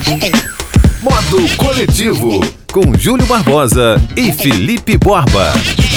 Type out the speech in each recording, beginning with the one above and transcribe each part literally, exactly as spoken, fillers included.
Modo Coletivo, com Júlio Barbosa e Felipe Borba.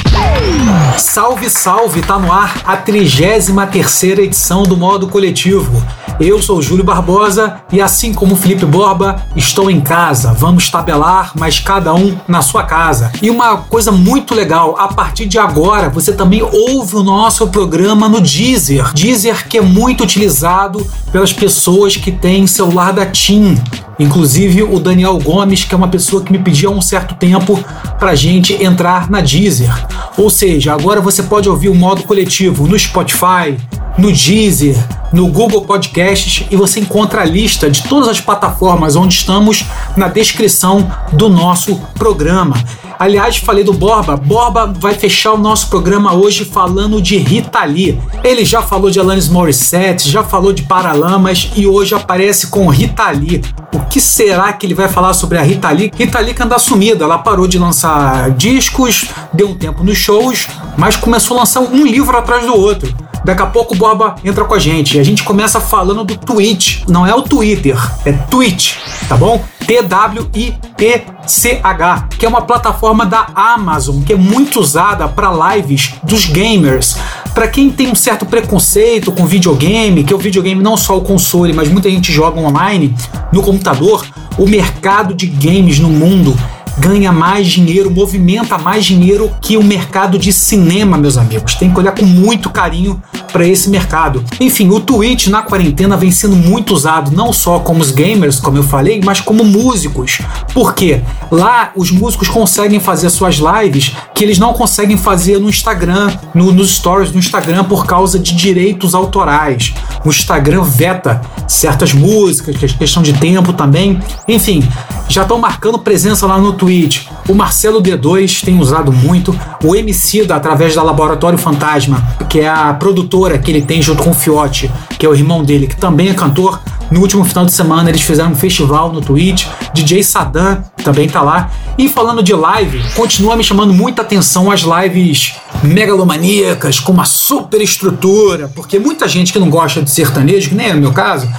Salve, salve! Tá no ar a trigésima terceira edição do Modo Coletivo. Eu sou o Júlio Barbosa e, assim como o Felipe Borba, estou em casa. Vamos tabelar, mas cada um na sua casa. E uma coisa muito legal, a partir de agora você também ouve o nosso programa no Deezer. Deezer que é muito utilizado pelas pessoas que têm celular da TIM. Inclusive o Daniel Gomes, que é uma pessoa que me pediu há um certo tempo pra gente entrar na Deezer. Ou seja, agora você pode ouvir o Modo Coletivo no Spotify, no Deezer, no Google Podcasts, e você encontra a lista de todas as plataformas onde estamos na descrição do nosso programa. Aliás, falei do Borba. Borba vai fechar o nosso programa hoje falando de Rita Lee. Ele já falou de Alanis Morissette, já falou de Paralamas e hoje aparece com Rita Lee. O que será que ele vai falar sobre a Rita Lee? Rita Lee que anda sumida, ela parou de lançar discos, deu um tempo nos shows, mas começou a lançar um livro atrás do outro. Daqui a pouco o Borba entra com a gente e a gente começa falando do Twitch. Não é o Twitter, é Twitch, tá bom? T W I T C H, que é uma plataforma da Amazon, que é muito usada para lives dos gamers. Para quem tem um certo preconceito com videogame, que é o videogame não só o console, mas muita gente joga online no computador, o mercado de games no mundo ganha mais dinheiro, movimenta mais dinheiro que o mercado de cinema, meus amigos. Tem que olhar com muito carinho para esse mercado. Enfim, o Twitch na quarentena vem sendo muito usado não só como os gamers, como eu falei, mas como músicos. Por quê? Lá os músicos conseguem fazer suas lives que eles não conseguem fazer no Instagram, no, nos stories do Instagram por causa de direitos autorais. O Instagram veta certas músicas, questão de tempo também. Enfim, já estão marcando presença lá no Twitch. O Marcelo D dois tem usado muito. O Emicida, através da Laboratório Fantasma, que é a produtora que ele tem junto com o Fiote, que é o irmão dele, que também é cantor. No último final de semana eles fizeram um festival no Twitch. D J Saddam também tá lá. E falando de live, continua me chamando muita atenção as lives megalomaníacas, com uma super estrutura, porque muita gente que não gosta de sertanejo, que nem é no meu caso,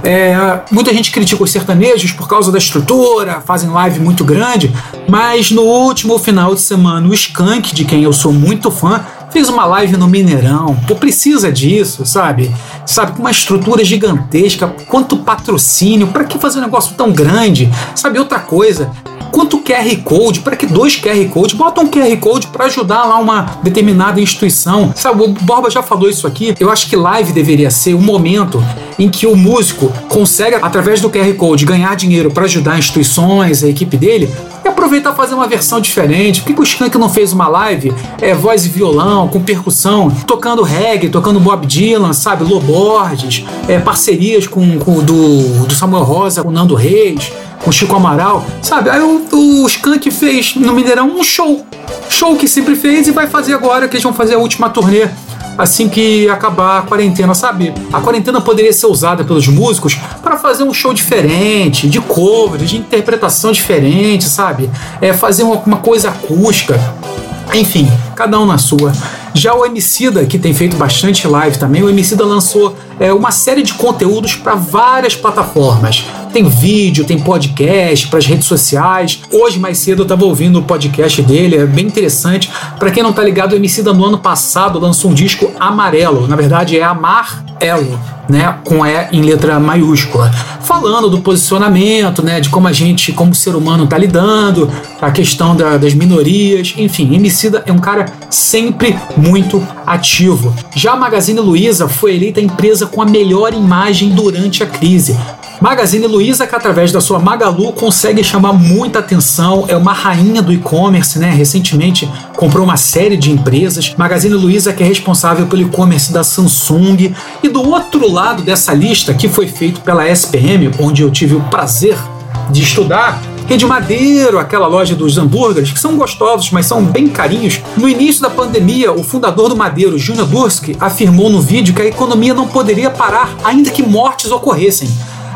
é, muita gente critica os sertanejos por causa da estrutura, fazem live muito grande, mas no último final de semana o Skank, de quem eu sou muito fã, fez uma live no Mineirão. Pô, precisa disso, sabe? Sabe, com uma estrutura gigantesca, quanto patrocínio, pra que fazer um negócio tão grande? Sabe, outra coisa, quanto Q R Code, para que dois Q R Code? Bota um Q R Code para ajudar lá uma determinada instituição. Sabe, o Borba já falou isso aqui. Eu acho que live deveria ser o momento em que o músico consegue, através do Q R Code, ganhar dinheiro para ajudar instituições, a equipe dele, e aproveitar e fazer uma versão diferente. Por que o Skank não fez uma live é, voz e violão, com percussão, tocando reggae, tocando Bob Dylan, sabe, lowboards, é, parcerias com, com do, do Samuel Rosa, com o Nando Reis, com o Chico Amaral, sabe? Aí o, o Skank fez no Mineirão um show. Show que sempre fez e vai fazer agora, que eles vão fazer a última turnê assim que acabar a quarentena, sabe? A quarentena poderia ser usada pelos músicos para fazer um show diferente, de cover, de interpretação diferente, sabe? É, fazer uma, uma coisa acústica. Enfim, cada um na sua. Já o Emicida, que tem feito bastante live também, o Emicida lançou é, uma série de conteúdos para várias plataformas. Tem vídeo, tem podcast para as redes sociais. Hoje, mais cedo, eu estava ouvindo o podcast dele, é bem interessante. Para quem não tá ligado, o Emicida no ano passado lançou um disco amarelo. Na verdade, é Amar-elo, né? Com E em letra maiúscula. Falando do posicionamento, né? De como a gente, como ser humano, tá lidando, a questão da, das minorias. Enfim, Emicida é um cara sempre muito ativo. Já a Magazine Luiza foi eleita a empresa com a melhor imagem durante a crise. Magazine Luiza, que através da sua Magalu consegue chamar muita atenção, é uma rainha do e-commerce, né? Recentemente comprou uma série de empresas. Magazine Luiza, que é responsável pelo e-commerce da Samsung. E do outro lado dessa lista, que foi feito pela S P M, onde eu tive o prazer de estudar, Rede Madeiro, aquela loja dos hambúrgueres, que são gostosos, mas são bem carinhos. No início da pandemia, o fundador do Madeiro, Júnior Durski, afirmou no vídeo que a economia não poderia parar, ainda que mortes ocorressem.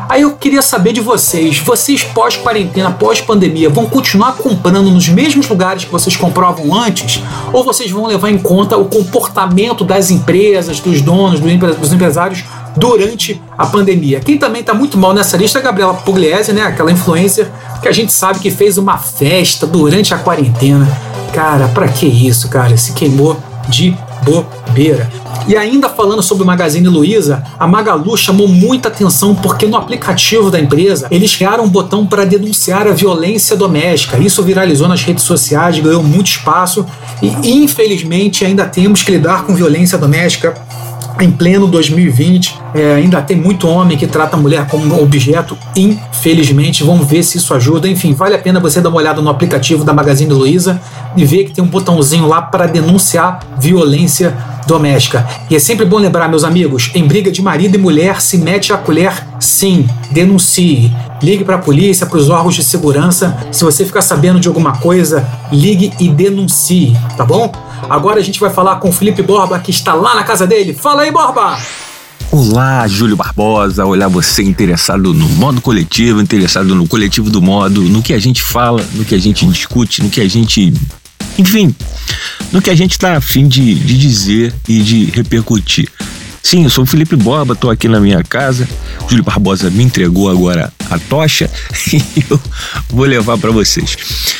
Aí eu queria saber de vocês, vocês pós-quarentena, pós-pandemia, vão continuar comprando nos mesmos lugares que vocês compravam antes? Ou vocês vão levar em conta o comportamento das empresas, dos donos, dos empresários durante a pandemia? Quem também está muito mal nessa lista é a Gabriela Pugliese, né? Aquela influencer que a gente sabe que fez uma festa durante a quarentena. Cara, pra que isso, cara? Se queimou de bobeira. E ainda falando sobre o Magazine Luiza, a Magalu chamou muita atenção porque no aplicativo da empresa eles criaram um botão para denunciar a violência doméstica. Isso viralizou nas redes sociais, ganhou muito espaço e infelizmente ainda temos que lidar com violência doméstica em pleno dois mil e vinte. É, ainda tem muito homem que trata a mulher como um objeto, infelizmente. Vamos ver se isso ajuda. Enfim, vale a pena você dar uma olhada no aplicativo da Magazine Luiza e ver que tem um botãozinho lá para denunciar violência doméstica. E é sempre bom lembrar, meus amigos, em briga de marido e mulher se mete a colher, sim, denuncie. Ligue para a polícia, para os órgãos de segurança. Se você ficar sabendo de alguma coisa, ligue e denuncie, tá bom? Agora a gente vai falar com o Felipe Borba, que está lá na casa dele. Fala aí, Borba! Olá, Júlio Barbosa. Olá, você interessado no modo coletivo, interessado no coletivo do modo, no que a gente fala, no que a gente discute, no que a gente... Enfim, no que a gente está a fim de, de dizer e de repercutir. Sim, eu sou o Felipe Borba, estou aqui na minha casa. Júlio Barbosa me entregou agora a tocha e eu vou levar para vocês.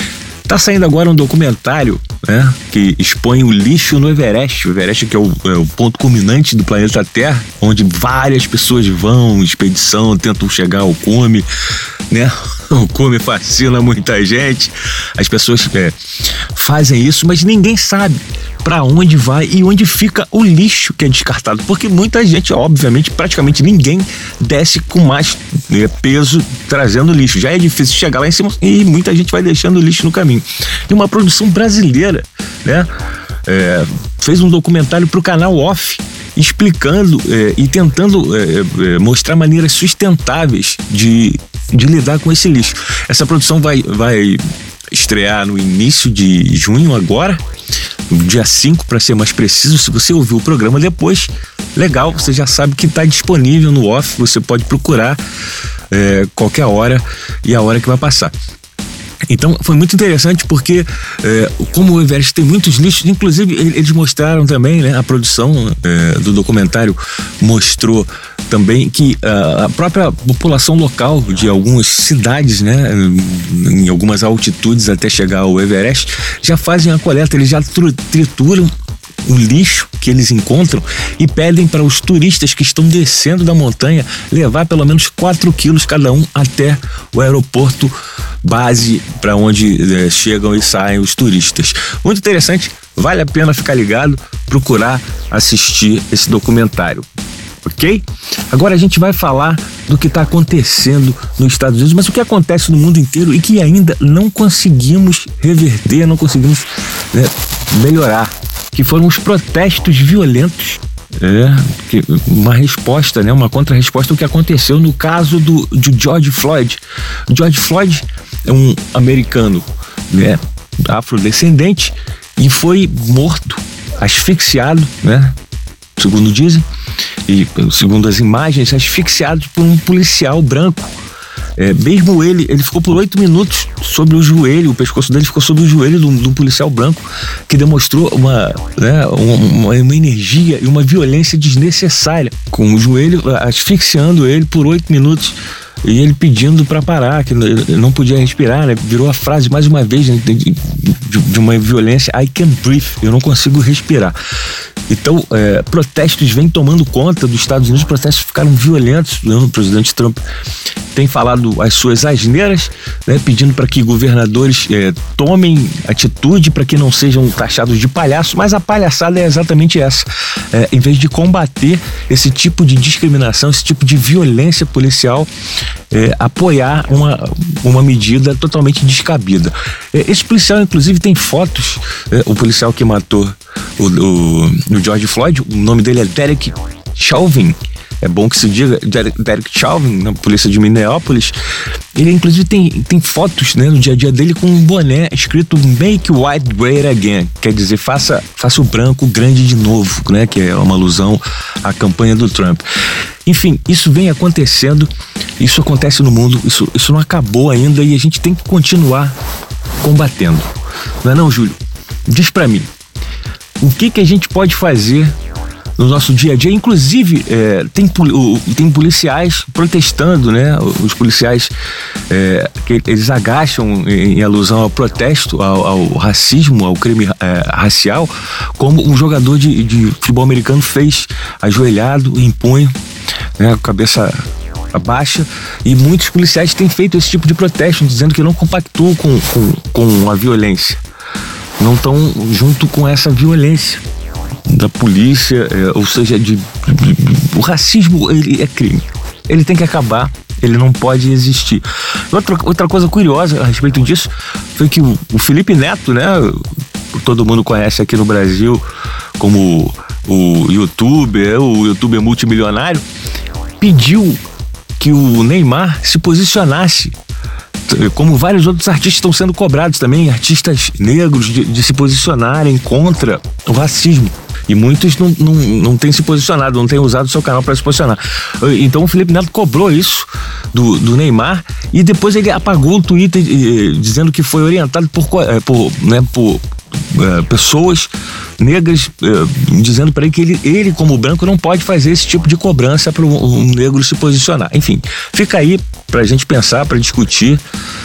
Tá saindo agora um documentário, né, que expõe o lixo no Everest. O Everest que é o, é o ponto culminante do planeta Terra, onde várias pessoas vão, expedição, tentam chegar ao cume, né? O cume fascina muita gente. As pessoas é, fazem isso, mas ninguém sabe para onde vai e onde fica o lixo que é descartado, porque muita gente, obviamente, praticamente ninguém desce com mais né, peso trazendo lixo. Já é difícil chegar lá em cima e muita gente vai deixando lixo no caminho. E uma produção brasileira, né, é, fez um documentário para o canal Off, explicando é, e tentando é, é, mostrar maneiras sustentáveis de, de lidar com esse lixo. Essa produção vai, vai estrear no início de junho agora, dia cinco, para ser mais preciso. Se você ouviu o programa depois, legal, você já sabe que está disponível no Off, você pode procurar é, qualquer hora e a hora que vai passar. Então foi muito interessante porque é, como o Everest tem muitos lixos, inclusive eles mostraram também, né, a produção é, do documentário mostrou também que a própria população local de algumas cidades, né, em algumas altitudes até chegar ao Everest, já fazem a coleta, eles já trituram o lixo que eles encontram e pedem para os turistas que estão descendo da montanha levar pelo menos quatro quilos cada um até o aeroporto base para onde é, chegam e saem os turistas. Muito interessante, vale a pena ficar ligado, procurar assistir esse documentário. Ok? Agora a gente vai falar do que está acontecendo nos Estados Unidos, mas o que acontece no mundo inteiro e que ainda não conseguimos reverter, não conseguimos né, melhorar, que foram os protestos violentos, é, que, uma resposta, né, uma contra-resposta ao que aconteceu no caso do, de George Floyd. George Floyd é um americano, né, afrodescendente e foi morto, asfixiado, né, segundo dizem, e segundo as imagens, asfixiado por um policial branco. É, mesmo ele, ele ficou por oito minutos sobre o joelho, o pescoço dele ficou sobre o joelho de um, de um policial branco que demonstrou uma, né, uma, uma energia e uma violência desnecessária, com o joelho asfixiando ele por oito minutos e ele pedindo para parar, que ele não podia respirar, né? Virou a frase mais uma vez, né, de, de, de uma violência: I can't breathe, eu não consigo respirar. Então, é, protestos vêm tomando conta dos Estados Unidos, os protestos ficaram violentos, né? O presidente Trump tem falado as suas asneiras, né, pedindo para que governadores é, tomem atitude para que não sejam taxados de palhaço, mas a palhaçada é exatamente essa. É, em vez de combater esse tipo de discriminação, esse tipo de violência policial, é, apoiar uma, uma medida totalmente descabida. É, esse policial, inclusive, tem fotos, é, o policial que matou o, o, o George Floyd, o nome dele é Derek Chauvin, é bom que se diga, Derek, Derek Chauvin, na polícia de Minneapolis, ele inclusive tem, tem fotos, né, no dia a dia dele com um boné escrito Make White Great Again, quer dizer, faça, faça o branco grande de novo, né, que é uma alusão à campanha do Trump. Enfim, isso vem acontecendo, isso acontece no mundo, isso, isso não acabou ainda e a gente tem que continuar combatendo. Não é não, Júlio? Diz pra mim, o que que a gente pode fazer no nosso dia a dia? Inclusive, é, tem, tem policiais protestando, né? Os policiais, é, que eles agacham em, em alusão ao protesto, ao, ao racismo, ao crime é, racial, como um jogador de, de futebol americano fez, ajoelhado, em punho, né? Cabeça baixa, e muitos policiais têm feito esse tipo de protesto, dizendo que não compactuam com, com, com a violência, não estão junto com essa violência da polícia, é, ou seja, de, de, de, o racismo, ele é crime, ele tem que acabar, ele não pode existir. Outra, outra coisa curiosa a respeito disso foi que o, o Felipe Neto, né, todo mundo conhece aqui no Brasil como o youtuber, o youtuber multimilionário, pediu que o Neymar se posicionasse, como vários outros artistas estão sendo cobrados também, artistas negros, de, de se posicionarem contra o racismo. E muitos não, não, não têm se posicionado, não têm usado o seu canal para se posicionar. Então o Felipe Neto cobrou isso do, do Neymar e depois ele apagou o Twitter eh, dizendo que foi orientado por, eh, por, né, por eh, pessoas negras, eh, dizendo para ele que ele, ele, como branco, não pode fazer esse tipo de cobrança para um, um negro se posicionar. Enfim, fica aí para a gente pensar, para discutir,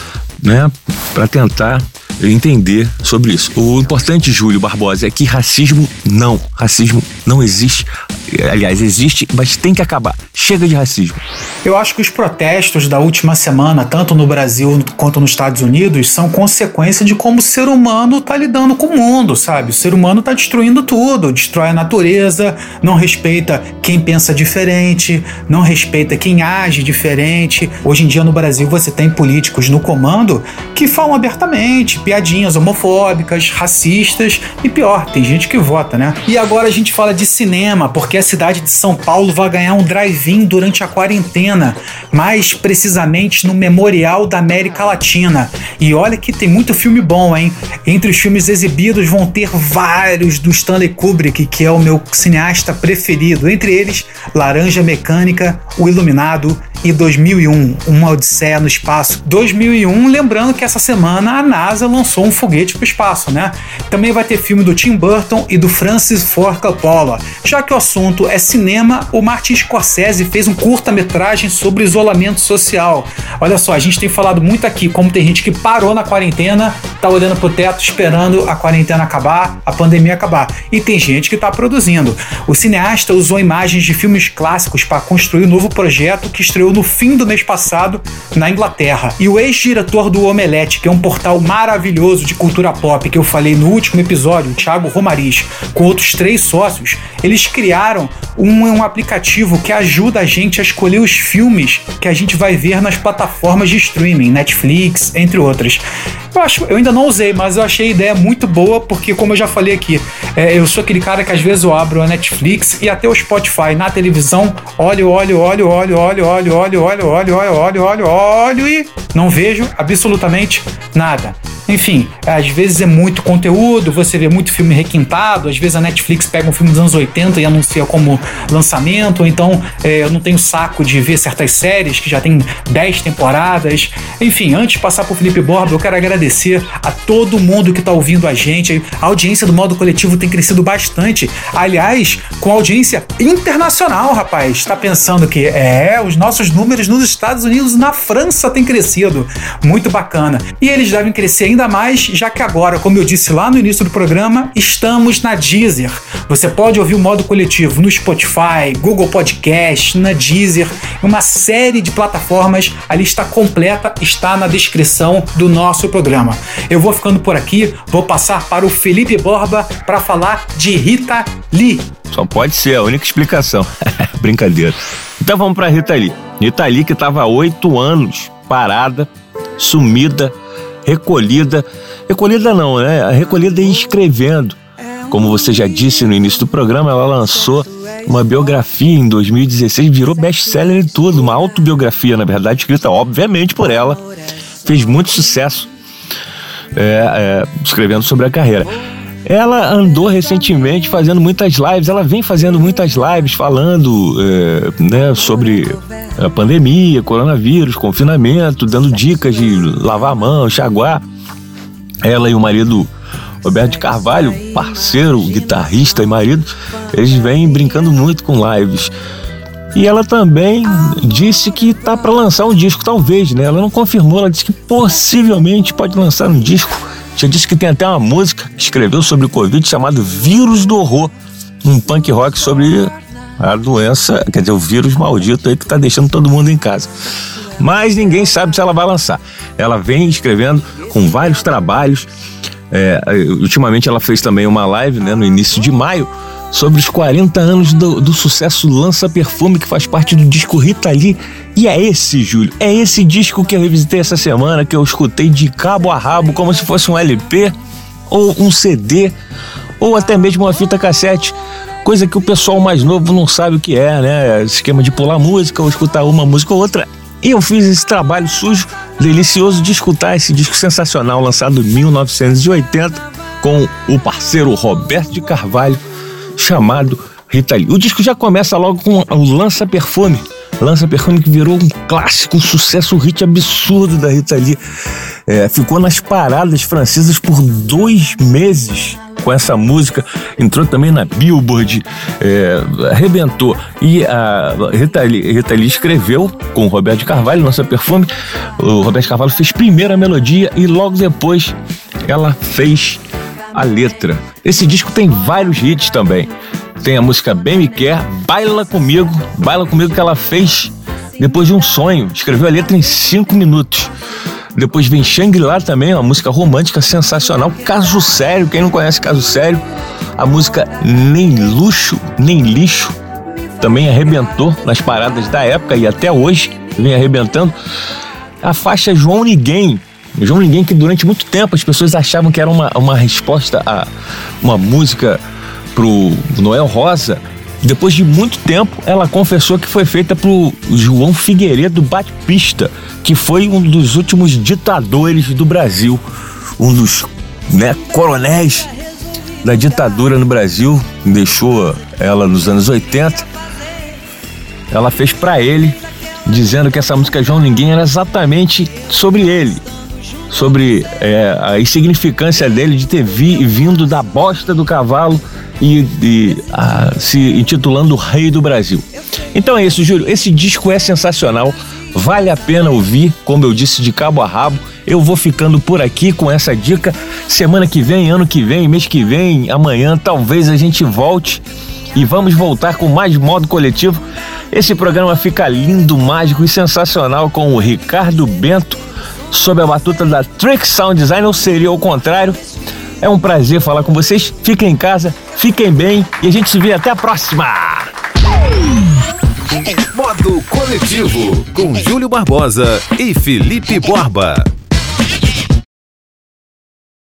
né, para tentar entender sobre isso. O importante, Júlio Barbosa, é que racismo não, racismo não existe. Aliás, existe, mas tem que acabar. Chega de racismo. Eu acho que os protestos da última semana, tanto no Brasil quanto nos Estados Unidos, são consequência de como o ser humano está lidando com o mundo, sabe? O ser humano está destruindo tudo, destrói a natureza, não respeita quem pensa diferente, não respeita quem age diferente. Hoje em dia no Brasil você tem políticos no comando que falam abertamente, piadinhas homofóbicas, racistas e pior, tem gente que vota, né? E agora a gente fala de cinema, porque a cidade de São Paulo vai ganhar um drive-in durante a quarentena, mais precisamente no Memorial da América Latina. E olha que tem muito filme bom, hein? Entre os filmes exibidos vão ter vários do Stanley Kubrick, que é o meu cineasta preferido, entre eles Laranja Mecânica, O Iluminado e dois mil e um, Uma Odisseia no Espaço. dois mil e um, lembrando que essa semana a NASA lançou um foguete para o espaço, né? Também vai ter filme do Tim Burton e do Francis Ford Coppola. Já que o assunto é cinema, o Martin Scorsese fez um curta-metragem sobre isolamento social. Olha só, a gente tem falado muito aqui como tem gente que parou na quarentena, tá olhando pro teto esperando a quarentena acabar, a pandemia acabar. E tem gente que tá produzindo. O cineasta usou imagens de filmes clássicos para construir um novo projeto que estreou no fim do mês passado na Inglaterra. E o ex-diretor do Omelete, que é um portal maravilhoso de cultura pop que eu falei no último episódio, o Thiago Romariz, com outros três sócios, eles criaram um, um aplicativo que ajuda a gente a escolher os filmes que a gente vai ver nas plataformas de streaming, Netflix, entre outras. Eu, acho, eu ainda não usei, mas eu achei a ideia muito boa, porque como eu já falei aqui, é, eu sou aquele cara que às vezes eu abro a Netflix e até o Spotify na televisão, olho, olho, olho, olho, olho, olho, olho, olho, olho, olho, olho, olho, olho e não vejo absolutamente nada. Enfim, às vezes é muito conteúdo, você vê muito filme requintado, às vezes a Netflix pega um filme dos anos oitenta e anuncia como lançamento, ou então é, eu não tenho saco de ver certas séries que já tem dez temporadas. Enfim, antes de passar por Felipe Borba, eu quero agradecer a todo mundo que está ouvindo a gente. A audiência do Modo Coletivo tem crescido bastante, aliás, com audiência internacional, rapaz. Tá pensando que é, os nossos números nos Estados Unidos e na França têm crescido, muito bacana. E eles devem crescer ainda Ainda mais, já que agora, como eu disse lá no início do programa, estamos na Deezer. Você pode ouvir o Modo Coletivo no Spotify, Google Podcast, na Deezer, uma série de plataformas. A lista completa está na descrição do nosso programa. Eu vou ficando por aqui, vou passar para o Felipe Borba para falar de Rita Lee. Só pode ser a única explicação. Brincadeira. Então vamos para Rita Lee. Rita Lee que estava há oito anos parada, sumida, recolhida, recolhida não, né? Recolhida e escrevendo. Como você já disse no início do programa, ela lançou uma biografia em dois mil e dezesseis, virou best-seller e tudo, uma autobiografia, na verdade, escrita obviamente por ela, fez muito sucesso é, é, escrevendo sobre a carreira. Ela andou recentemente fazendo muitas lives, ela vem fazendo muitas lives falando é, né, sobre a pandemia, coronavírus, confinamento, dando dicas de lavar a mão, enxaguar. Ela e o marido Roberto de Carvalho, parceiro, guitarrista e marido, eles vêm brincando muito com lives. E ela também disse que tá para lançar um disco, talvez, né? Ela não confirmou, ela disse que possivelmente pode lançar um disco. Já disse que tem até uma música que escreveu sobre o Covid chamado Vírus do Horror, um punk rock sobre a doença, quer dizer, o vírus maldito aí que tá deixando todo mundo em casa. Mas ninguém sabe se ela vai lançar. Ela vem escrevendo com vários trabalhos. É, ultimamente ela fez também uma live, né, no início de maio, sobre os quarenta anos do, do sucesso Lança Perfume, que faz parte do disco Rita Lee. E é esse, Júlio, é esse disco que eu revisitei essa semana, que eu escutei de cabo a rabo, como se fosse um L P, ou um C D, ou até mesmo uma fita cassete, coisa que o pessoal mais novo não sabe o que é, né? Esquema de pular música, ou escutar uma música ou outra. E eu fiz esse trabalho sujo, delicioso de escutar esse disco sensacional, lançado em mil novecentos e oitenta, com o parceiro Roberto de Carvalho, chamado Rita Lee. O disco já começa logo com o Lança Perfume. Lança Perfume, que virou um clássico, um sucesso, um hit absurdo da Rita Lee. É, ficou nas paradas francesas por dois meses com essa música. Entrou também na Billboard, é, arrebentou. E a Rita Lee, Rita Lee escreveu com o Roberto de Carvalho, Lança Perfume. O Roberto de Carvalho fez primeiro a melodia e logo depois ela fez a letra. Esse disco tem vários hits também. Tem a música Bem Me Quer, Baila Comigo, Baila Comigo, que ela fez depois de um sonho. Escreveu a letra em cinco minutos. Depois vem Shangri-La também, uma música romântica sensacional. Caso Sério, quem não conhece Caso Sério, a música Nem Luxo, Nem Lixo, também arrebentou nas paradas da época e até hoje vem arrebentando. A faixa João Ninguém, João Ninguém, que durante muito tempo as pessoas achavam que era uma, uma resposta a uma música pro Noel Rosa. Depois de muito tempo, ela confessou que foi feita pro João Figueiredo Batista, que foi um dos últimos ditadores do Brasil, um dos, né, coronéis da ditadura no Brasil, deixou ela nos anos oitenta. Ela fez pra ele, dizendo que essa música João Ninguém era exatamente sobre ele, sobre é, a insignificância dele de ter vi, vindo da bosta do cavalo e, e a, se intitulando Rei do Brasil. Então é isso, Júlio. Esse disco é sensacional, vale a pena ouvir, como eu disse, de cabo a rabo. Eu vou ficando por aqui com essa dica. Semana que vem, ano que vem, mês que vem, amanhã, talvez a gente volte e vamos voltar com mais Modo Coletivo. Esse programa fica lindo, mágico e sensacional com o Ricardo Bento, sob a batuta da Trick Sound Design, ou seria o contrário. É um prazer falar com vocês. Fiquem em casa, fiquem bem e a gente se vê até a próxima. Modo Coletivo com Júlio Barbosa e Felipe Borba.